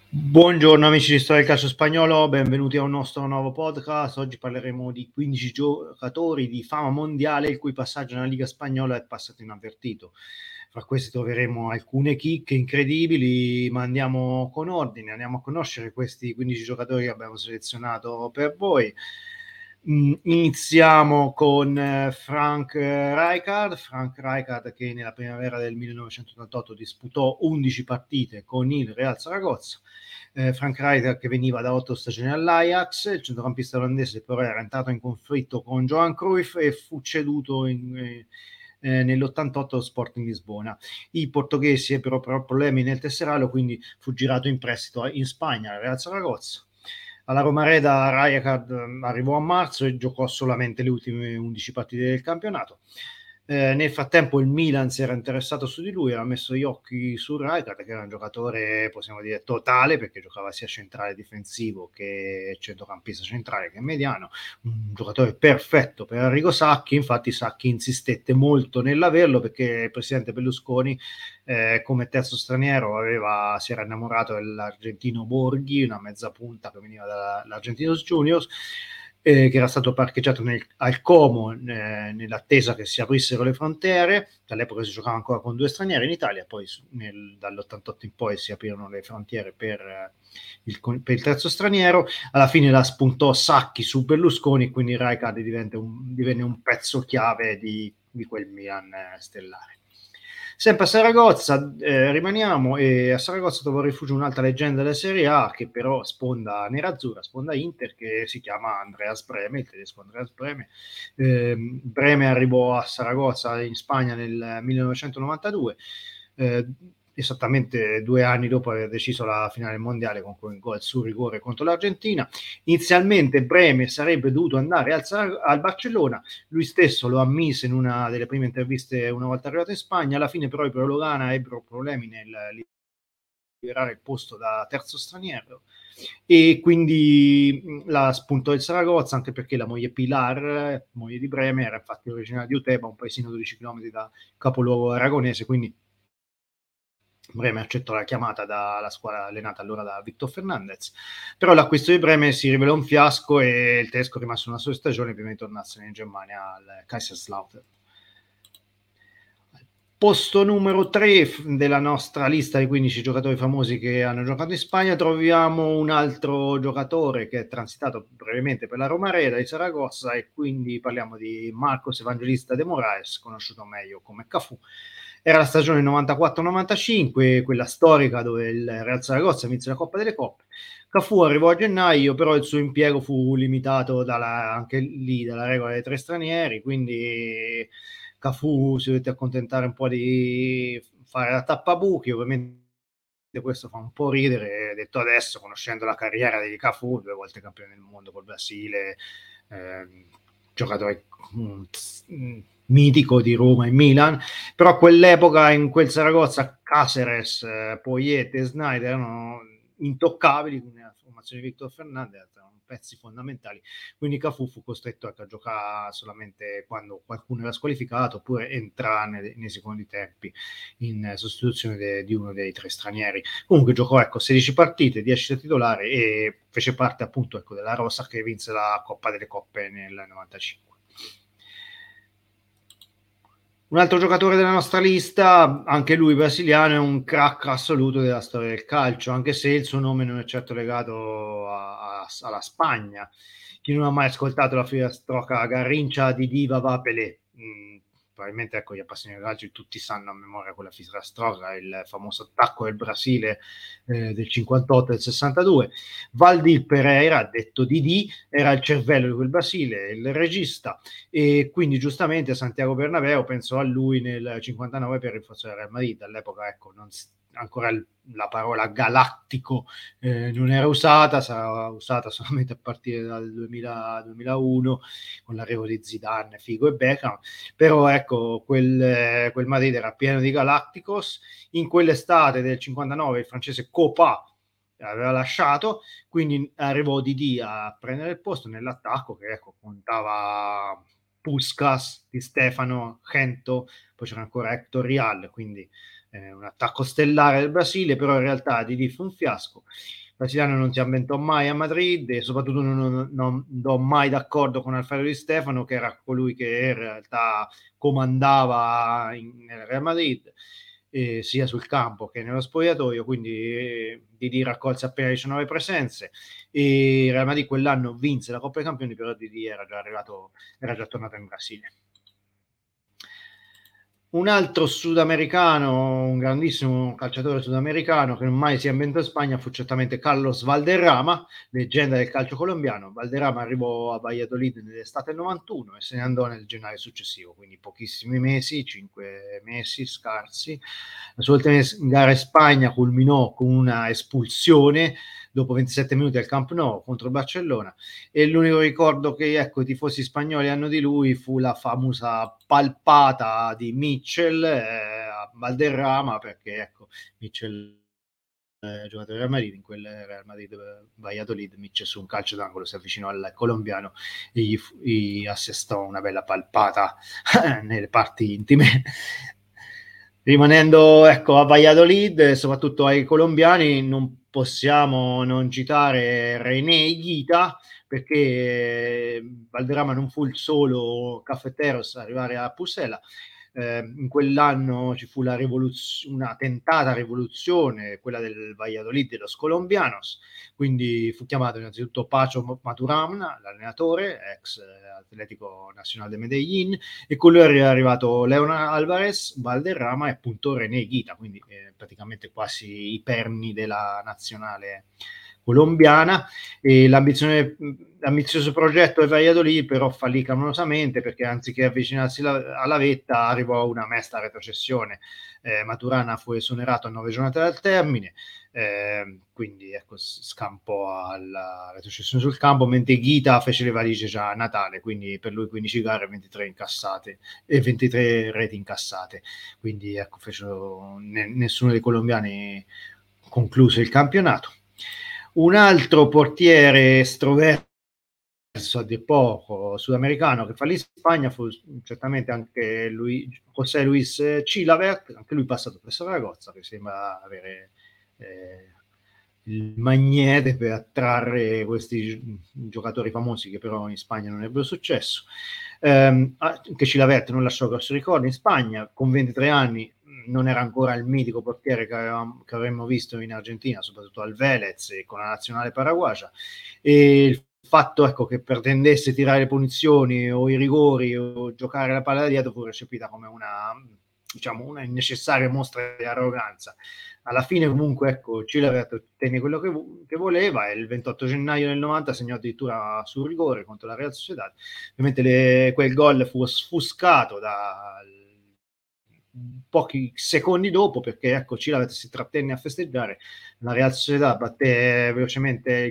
Buongiorno amici di Storia del Calcio Spagnolo, benvenuti a un nostro nuovo podcast. Oggi parleremo di 15 giocatori di fama mondiale il cui passaggio nella Liga Spagnola è passato inavvertito. Fra questi troveremo alcune chicche incredibili, ma andiamo con ordine, andiamo a conoscere questi 15 giocatori che abbiamo selezionato per voi. Iniziamo con Frank Rijkaard che nella primavera del 1988 disputò 11 partite con il Real Saragozza. Frank Rijkaard che veniva da 8 stagioni all'Ajax, il centrocampista olandese però era entrato in conflitto con Johan Cruyff e fu ceduto nell'88 Sporting Lisbona. I portoghesi ebbero però problemi nel tesserarlo, quindi fu girato in prestito in Spagna al Real Saragozza. Alla Romareda Rijkaard arrivò a marzo e giocò solamente le ultime 11 partite del campionato. Nel frattempo il Milan si era interessato su di lui, aveva messo gli occhi su Rijkaard, che era un giocatore, possiamo dire, totale, perché giocava sia centrale difensivo che centrocampista centrale che mediano, un giocatore perfetto per Arrigo Sacchi. Infatti Sacchi insistette molto nell'averlo perché il presidente Berlusconi come terzo straniero si era innamorato dell'argentino Borghi, una mezza punta che veniva dall'Argentinos Juniors, che era stato parcheggiato al Como nell'attesa che si aprissero le frontiere. All'epoca si giocava ancora con 2 stranieri in Italia, poi dall'88 in poi si aprirono le frontiere per il terzo straniero. Alla fine la spuntò Sacchi su Berlusconi, quindi Rijkaard divenne un pezzo chiave di quel Milan stellare. Sempre a Saragozza rimaniamo, e a Saragozza trova rifugio un'altra leggenda della Serie A che però sponda nerazzurra, sponda Inter, che si chiama Andreas Brehme, il tedesco Andreas Brehme. Brehme arrivò a Saragozza in Spagna nel 1992, esattamente 2 anni dopo aver deciso la finale mondiale con quel gol su rigore contro l'Argentina. Inizialmente Brehme sarebbe dovuto andare al Barcellona, lui stesso lo ammise in una delle prime interviste una volta arrivato in Spagna. Alla fine però i Blaugrana ebbero problemi nel liberare il posto da terzo straniero e quindi la spuntò il Saragozza, anche perché la moglie Pilar, moglie di Brehme, era infatti originaria di Uteba, un paesino a 12 km da capoluogo aragonese, quindi Brehme accettò la chiamata dalla squadra allenata allora da Victor Fernandez. Però l'acquisto di Brehme si rivelò un fiasco e il tedesco rimase una sola stagione prima di tornarsene in Germania al Kaiserslautern. Posto numero 3 della nostra lista di 15 giocatori famosi che hanno giocato in Spagna troviamo un altro giocatore che è transitato brevemente per la Romareda di Saragossa, e quindi parliamo di Marcos Evangelista de Moraes, conosciuto meglio come Cafù. Era la stagione 94-95, quella storica dove il Real Saragozza vinse la Coppa delle Coppe. Cafù arrivò a gennaio, però il suo impiego fu limitato anche lì dalla regola dei 3 stranieri, quindi Cafù si dovette accontentare un po' di fare la tappabuchi. Ovviamente questo fa un po' ridere, detto adesso, conoscendo la carriera di Cafù, 2 volte campione del mondo col Brasile, giocatore mitico di Roma e Milan, però a quell'epoca in quel Saragozza Caceres, Poyet e Snyder erano intoccabili, quindi la formazione di Victor Fernandez erano pezzi fondamentali, quindi Cafù fu costretto a giocare solamente quando qualcuno era squalificato, oppure entrare nei secondi tempi in sostituzione di uno dei 3 stranieri. Comunque giocò 16 partite, 10 da titolare, e fece parte appunto della rosa che vinse la Coppa delle Coppe nel 95. Un altro giocatore della nostra lista, anche lui brasiliano, è un crack assoluto della storia del calcio, anche se il suo nome non è certo legato alla Spagna. Chi non ha mai ascoltato la filastrocca Garrincha di Diva va Pelé? Probabilmente, ecco, gli appassionati del calcio tutti sanno a memoria quella filastrocca, il famoso attacco del Brasile del 58 e del 62. Valdir Pereira, detto Didi, era il cervello di quel Brasile, il regista, e quindi giustamente Santiago Bernabéu pensò a lui nel 59 per rinforzare il Real Madrid. All'epoca, ecco, ancora la parola galattico non era usata, sarà usata solamente a partire dal 2000-2001 con l'arrivo di Zidane, Figo e Beckham. Però ecco, quel Madrid era pieno di galacticos. In quell'estate del 59 il francese Copa aveva lasciato, quindi arrivò Didi a prendere il posto nell'attacco, che ecco, contava Puskas, Di Stefano, Gento, poi c'era ancora Hector Rial, quindi un attacco stellare del Brasile, però in realtà Didi fu un fiasco. Il brasiliano non si ambientò mai a Madrid e soprattutto non do mai d'accordo con Alfredo Di Stefano, che era colui che in realtà comandava nel Real Madrid, sia sul campo che nello spogliatoio, quindi Didi raccolse appena 19 presenze e il Real Madrid quell'anno vinse la Coppa dei Campioni, però Didi era già tornato in Brasile. Un altro sudamericano, un grandissimo calciatore sudamericano che non mai si ambientò in Spagna, fu certamente Carlos Valderrama, leggenda del calcio colombiano. Valderrama arrivò a Valladolid nell'estate del 91 e se ne andò nel gennaio successivo, quindi pochissimi mesi, 5 mesi scarsi. La sua ultima gara in Spagna culminò con una espulsione dopo 27 minuti al Camp Nou contro il Barcellona, e l'unico ricordo che ecco, i tifosi spagnoli hanno di lui fu la famosa palpata di Mitchell a Valderrama, perché ecco, Mitchell giocatore del Real Madrid, in quel Real Madrid Valladolid, Mitchell su un calcio d'angolo si avvicinò al colombiano e gli assestò una bella palpata nelle parti intime. Rimanendo ecco, a Valladolid, soprattutto ai colombiani, non possiamo non citare René Higuita, perché Valderrama non fu il solo cafeteros a arrivare a Pucela. In quell'anno ci fu una tentata rivoluzione, quella del Valladolid de los Colombianos, quindi fu chiamato innanzitutto Pacho Maturamna, l'allenatore, ex Atletico Nacional de Medellín, e con lui è arrivato Leonard Alvarez, Valderrama e appunto René Higuita, quindi praticamente quasi i perni della nazionale colombiana. E l'ambizioso progetto del Valladolid però fallì clamorosamente, perché anziché avvicinarsi alla vetta arrivò una mesta retrocessione. Maturana fu esonerato a 9 giornate dal termine, quindi ecco, scampò alla retrocessione sul campo, mentre Ghita fece le valigie già a Natale, quindi per lui 15 gare e 23 incassate e 23 reti incassate, quindi ecco, nessuno dei colombiani concluse il campionato. Un altro portiere estroverso a dir poco sudamericano che fallì in Spagna fu certamente anche José Luis Chilavert, anche lui passato presso Saragozza, che sembra avere il magnete per attrarre questi giocatori famosi che però in Spagna non ebbero successo. Anche Chilavert non lasciò grossi ricordi in Spagna, con 23 anni non era ancora il mitico portiere che avremmo visto in Argentina, soprattutto al Vélez e con la nazionale paraguagia, e il fatto ecco, che pretendesse tirare le punizioni o i rigori o giocare la palla da dietro fu recepita come una innecessaria mostra di arroganza. Alla fine comunque ecco, Chilavert ottenne quello che voleva, e il 28 gennaio del 90 segnò addirittura sul rigore contro la Real Sociedad. Ovviamente quel gol fu offuscato da pochi secondi dopo, perché ecco, Chilavert si trattenne a festeggiare, la Real Sociedad batté velocemente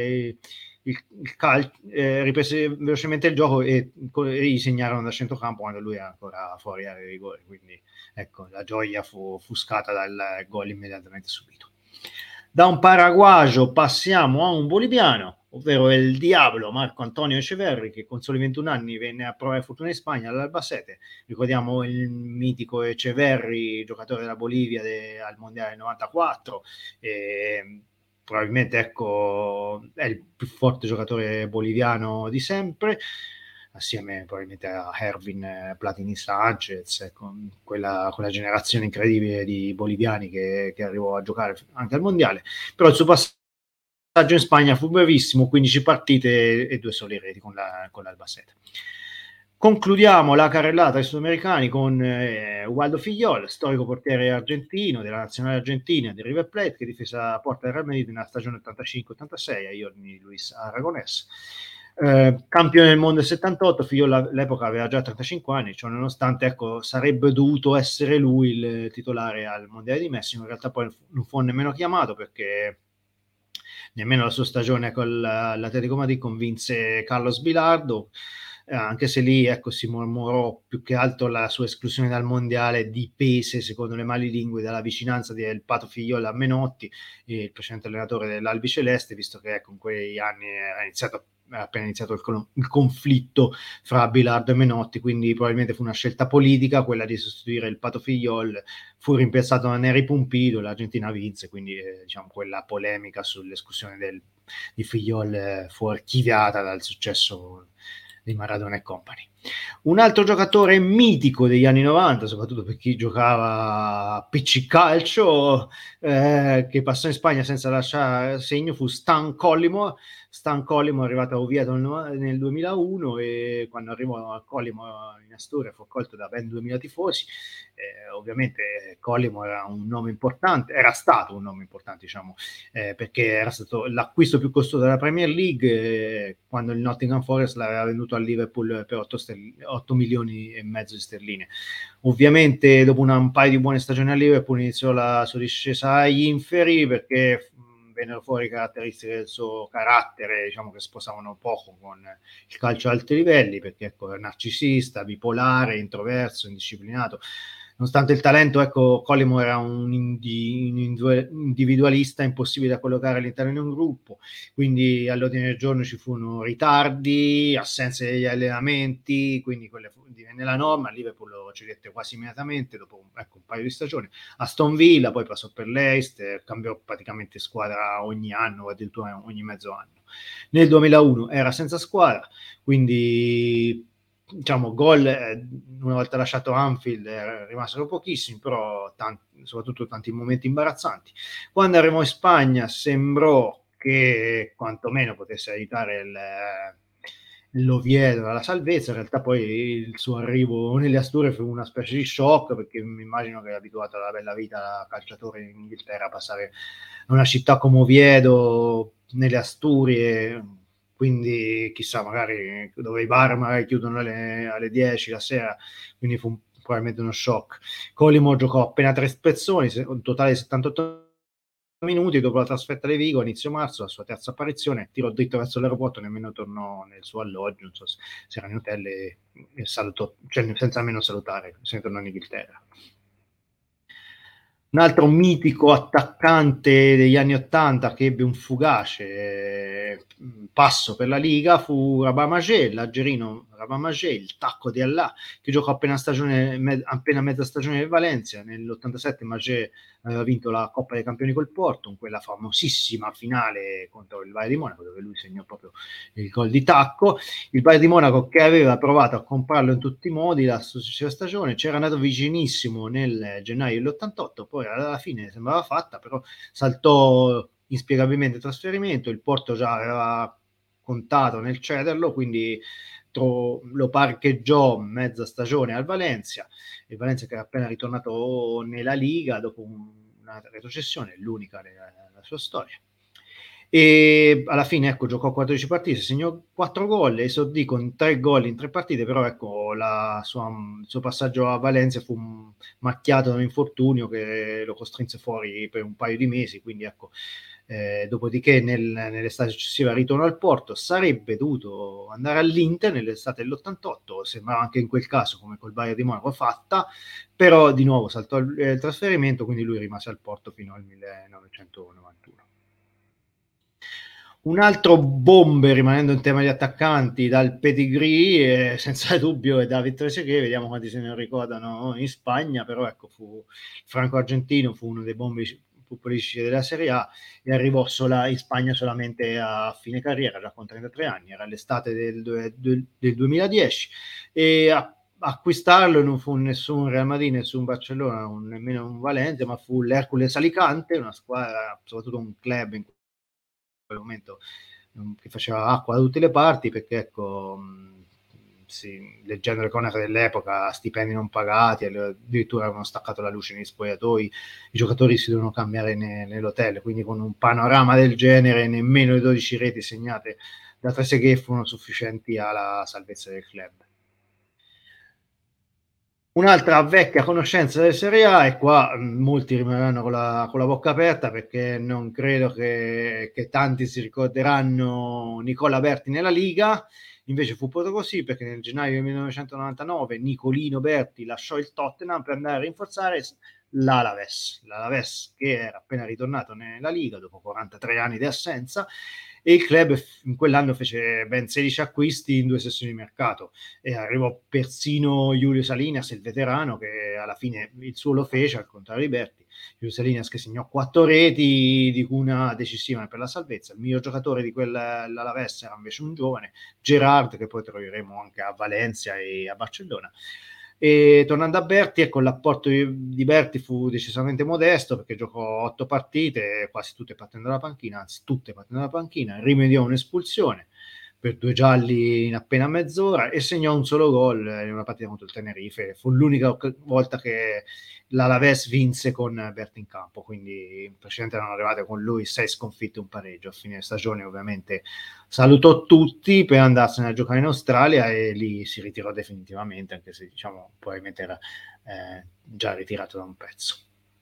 riprese velocemente il gioco e gli segnarono da centrocampo quando lui era ancora fuori area di rigore, quindi ecco, la gioia fu offuscata dal gol immediatamente subito. Da un paraguagio passiamo a un boliviano, ovvero il Diablo Marco Antonio Echeverri, che con soli 21 anni venne a provare fortuna in Spagna all'Albacete. Ricordiamo il mitico Echeverri, giocatore della Bolivia al Mondiale del 94, probabilmente ecco, è il più forte giocatore boliviano di sempre, assieme probabilmente a Ervin Platini Sanchez, con quella generazione incredibile di boliviani che arrivò a giocare anche al mondiale. Però il suo passaggio in Spagna fu brevissimo, 15 partite e 2 sole reti con l'Albacete. Concludiamo la carrellata ai sudamericani con Ubaldo Fillol, storico portiere argentino della nazionale argentina di River Plate, che difese la porta del Real Madrid nella stagione 85-86 ai giorni di Luis Aragonés. Campione del mondo del 78, Fillol all'epoca aveva già 35 anni, cioè nonostante ecco, sarebbe dovuto essere lui il titolare al mondiale di Messico, in realtà poi non fu nemmeno chiamato, perché nemmeno la sua stagione con l'Atletico Madrid convinse Carlos Bilardo, anche se lì ecco, si mormorò più che altro la sua esclusione dal mondiale dipese, secondo le malilingue, dalla vicinanza del Pato Figliola a Menotti, il precedente allenatore dell'Albiceleste, visto che ecco, in quegli anni era iniziato era appena iniziato il conflitto fra Bilardo e Menotti, quindi probabilmente fu una scelta politica quella di sostituire il Pato Figliol, fu rimpiazzato da Neri Pumpido, l'Argentina vinse, quindi diciamo quella polemica sull'esclusione di Figliol fu archiviata dal successo di Maradona e compagni. Un altro giocatore mitico degli anni 90, soprattutto per chi giocava a PC calcio, che passò in Spagna senza lasciare segno, fu Stan Collymore. Stan Collymore è arrivato a Oviedo nel 2001 e quando arrivò a Collymore in Asturia fu accolto da ben 2000 tifosi. Ovviamente Collymore era un nome importante, era stato un nome importante, diciamo, perché era stato l'acquisto più costoso della Premier League, quando il Nottingham Forest l'aveva venduto al Liverpool per 8 milioni e mezzo di sterline. Ovviamente dopo un paio di buone stagioni a Liverpool iniziò la sua discesa agli inferi, perché vennero fuori caratteristiche del suo carattere, diciamo, che sposavano poco con il calcio a alti livelli, perché ecco, era narcisista, bipolare, introverso, indisciplinato. Nonostante il talento, ecco, Collymore era un individualista impossibile da collocare all'interno di un gruppo, quindi all'ordine del giorno ci furono ritardi, assenze degli allenamenti, quindi quelle divenne la norma. Liverpool lo cedette quasi immediatamente dopo, ecco, un paio di stagioni. Aston Villa, poi passò per l'Leicester, cambiò praticamente squadra ogni anno, o addirittura ogni mezzo anno. Nel 2001 era senza squadra, quindi diciamo gol, una volta lasciato Anfield rimasero pochissimi, però soprattutto tanti momenti imbarazzanti. Quando arrivò in Spagna sembrò che quantomeno potesse aiutare l'Oviedo alla salvezza. In realtà poi il suo arrivo nelle Asturie fu una specie di shock, perché mi immagino che è abituato alla bella vita da calciatore in Inghilterra, a passare a una città come Oviedo nelle Asturie, quindi chissà, magari dove i bar magari chiudono alle 10 la sera, quindi fu probabilmente uno shock. Collymore giocò appena 3 spezzoni, un totale di 78 minuti. Dopo la trasferta alle Vigo a inizio marzo, la sua terza apparizione, tirò dritto verso l'aeroporto, nemmeno tornò nel suo alloggio, non so se era in hotel, e salutò, cioè senza nemmeno salutare, se ne tornò in Inghilterra. Un altro mitico attaccante degli anni '80 che ebbe un fugace passo per la Liga fu Rabah Majed, l'algerino Rabah Majed, il tacco di Allah, che giocò appena mezza stagione del Valencia. Nell'87 Majed aveva vinto la Coppa dei Campioni col Porto, in quella famosissima finale contro il Bayern di Monaco, dove lui segnò proprio il gol di tacco. Il Bayern di Monaco, che aveva provato a comprarlo in tutti i modi la successiva stagione, c'era andato vicinissimo nel gennaio dell'88, poi alla fine sembrava fatta, però saltò inspiegabilmente il trasferimento, il Porto già aveva contato nel cederlo, quindi lo parcheggiò mezza stagione al Valencia. Il Valencia, che era appena ritornato nella Liga dopo una retrocessione, l'unica nella sua storia. E alla fine, ecco, giocò 14 partite, segnò 4 gol, esordì con 3 gol in 3 partite, però ecco, il suo passaggio a Valencia fu macchiato da un infortunio che lo costrinse fuori per un paio di mesi, quindi ecco, dopodiché nell'estate successiva ritornò al Porto. Sarebbe dovuto andare all'Inter nell'estate dell'88, sembrava anche in quel caso, come col Bayern di Monaco, fatta, però di nuovo saltò il trasferimento, quindi lui rimase al Porto fino al 1991. Un altro bomber, rimanendo in tema di attaccanti, dal pedigree, senza dubbio, è David Trezeguet. Vediamo quanti se ne ricordano in Spagna, però ecco, franco-argentino, fu uno dei bomber più prolifici della Serie A, e arrivò in Spagna solamente a fine carriera, già con 33 anni, era l'estate del 2010, e acquistarlo non fu nessun Real Madrid, nessun Barcellona, nemmeno un Valencia, ma fu l'Hercules Alicante, una squadra, soprattutto un club in quel momento che faceva acqua da tutte le parti, perché ecco, leggendo le cronache dell'epoca, stipendi non pagati, addirittura avevano staccato la luce negli spogliatoi, i giocatori si dovevano cambiare nell'hotel, quindi con un panorama del genere nemmeno le 12 reti segnate da Trezeguet furono sufficienti alla salvezza del club. Un'altra vecchia conoscenza del Serie A, e qua molti rimarranno con la bocca aperta, perché non credo che tanti si ricorderanno Nicola Berti nella Liga. Invece fu proprio così, perché nel gennaio del 1999 Nicolino Berti lasciò il Tottenham per andare a rinforzare l'Alaves che era appena ritornato nella Liga dopo 43 anni di assenza, e il club in quell'anno fece ben 16 acquisti in 2 sessioni di mercato e arrivò persino Julio Salinas, il veterano, che alla fine il suo lo fece, al contrario di Berti. Julio Salinas che segnò 4 reti, di cui una decisiva per la salvezza. Il miglior giocatore di quell'Alaves era invece un giovane, Gerard, che poi troveremo anche a Valencia e a Barcellona. E tornando a Berti, ecco, l'apporto di Berti fu decisamente modesto, perché giocò 8 partite, quasi tutte partendo dalla panchina, anzi tutte partendo dalla panchina, rimediò un'espulsione per 2 gialli in appena mezz'ora e segnò un solo gol in una partita contro il Tenerife. Fu l'unica volta che l'Alaves vinse con Berti in campo, quindi in precedenza erano arrivate con lui 6 sconfitte e un pareggio. A fine stagione ovviamente salutò tutti per andarsene a giocare in Australia e lì si ritirò definitivamente, anche se diciamo probabilmente era già ritirato da un pezzo.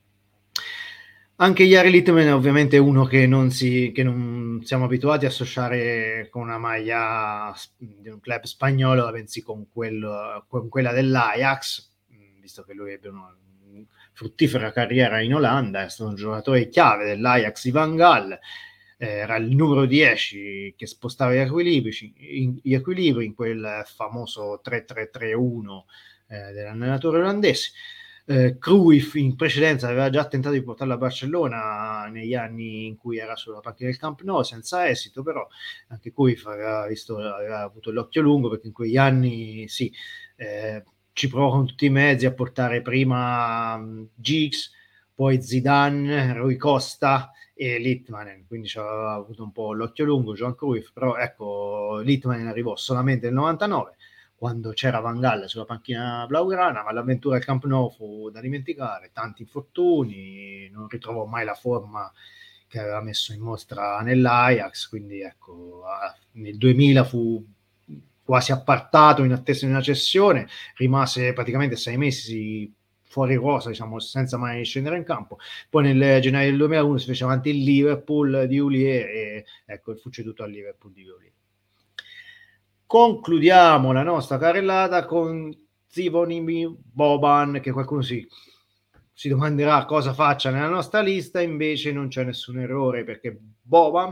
Anche Jari Litmanen è ovviamente uno che non siamo abituati a associare con una maglia di un club spagnolo, bensì con quella dell'Ajax, visto che lui ebbe una fruttifera carriera in Olanda, è stato un giocatore chiave dell'Ajax di Van Gaal, era il numero 10 che spostava gli equilibri in quel famoso 3-3-3-1 dell'allenatore olandese. Cruyff in precedenza aveva già tentato di portarlo a Barcellona negli anni in cui era sulla panchina del Camp Nou, senza esito, però anche Cruyff aveva avuto l'occhio lungo, perché in quegli anni sì, ci provò con tutti i mezzi a portare prima Giggs, poi Zidane, Rui Costa e Litmanen, quindi ci aveva avuto un po' l'occhio lungo Johan Cruyff, però ecco, Litmanen arrivò solamente nel 99, quando c'era Van Gaal sulla panchina blaugrana, ma l'avventura al Camp Nou fu da dimenticare, tanti infortuni, non ritrovò mai la forma che aveva messo in mostra nell'Ajax, quindi ecco, nel 2000 fu quasi appartato in attesa di una cessione, rimase praticamente 6 mesi fuori rosa, diciamo, senza mai scendere in campo. Poi nel gennaio del 2001 si fece avanti il Liverpool di Houllier e ecco, fu ceduto al Liverpool di Houllier. Concludiamo la nostra carrellata con Zvonimir Boban, che qualcuno si domanderà cosa faccia nella nostra lista, invece non c'è nessun errore, perché Boban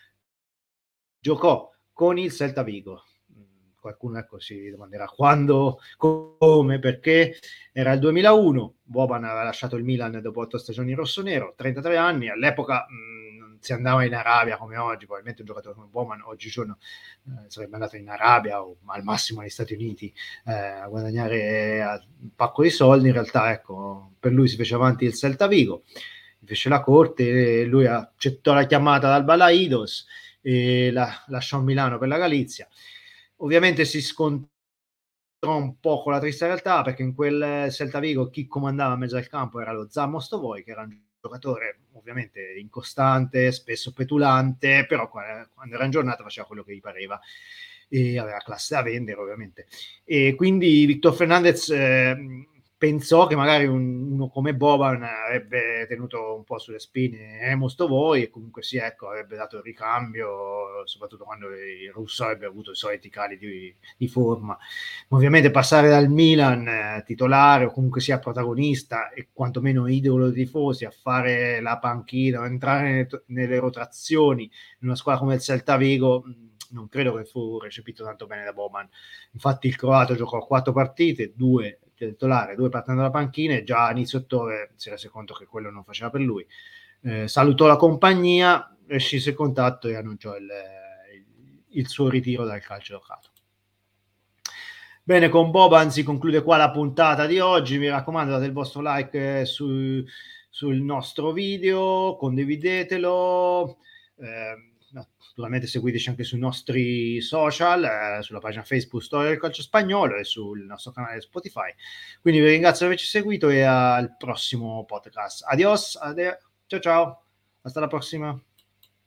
giocò con il Celta Vigo. Qualcuno ecco si domanderà quando, come, perché. Era il 2001, Boban aveva lasciato il Milan dopo 8 stagioni rossonero, 33 anni, all'epoca non si andava in Arabia come oggi, probabilmente un giocatore come Boban oggigiorno sarebbe andato in Arabia o al massimo negli Stati Uniti a guadagnare un pacco di soldi. In realtà ecco, per lui si fece avanti il Celta Vigo, fece la corte, lui accettò la chiamata dal Balaidos e lasciò Milano per la Galizia. Ovviamente si scontrò un po' con la triste realtà, perché in quel Celta Vigo chi comandava a mezzo del campo era lo Zan Mostovoi, che era un giocatore ovviamente incostante, spesso petulante, però quando era in giornata faceva quello che gli pareva e aveva classe da vendere ovviamente. E quindi Victor Fernandez pensò che magari uno come Boban avrebbe tenuto un po' sulle spine Mostovoi e comunque sì, ecco, avrebbe dato il ricambio, soprattutto quando il russo avrebbe avuto i soliti cali di forma. Ma ovviamente passare dal Milan titolare o comunque sia protagonista e quantomeno idolo dei tifosi a fare la panchina o entrare nelle rotazioni in una squadra come il Celta Vigo non credo che fu recepito tanto bene da Boban. Infatti il croato giocò 4 partite, 2 titolare, 2 partendo dalla panchina, e già a inizio ottobre si rese conto che quello non faceva per lui. Salutò la compagnia, scese il contatto e annunciò il suo ritiro dal calcio giocato. Bene, con Boban si conclude qua la puntata di oggi. Mi raccomando, date il vostro like sul nostro video, condividetelo. Naturalmente seguiteci anche sui nostri social, sulla pagina Facebook Storia del Calcio Spagnolo e sul nostro canale Spotify. Quindi vi ringrazio di averci seguito e al prossimo podcast. Adios, ciao ciao, hasta la prossima.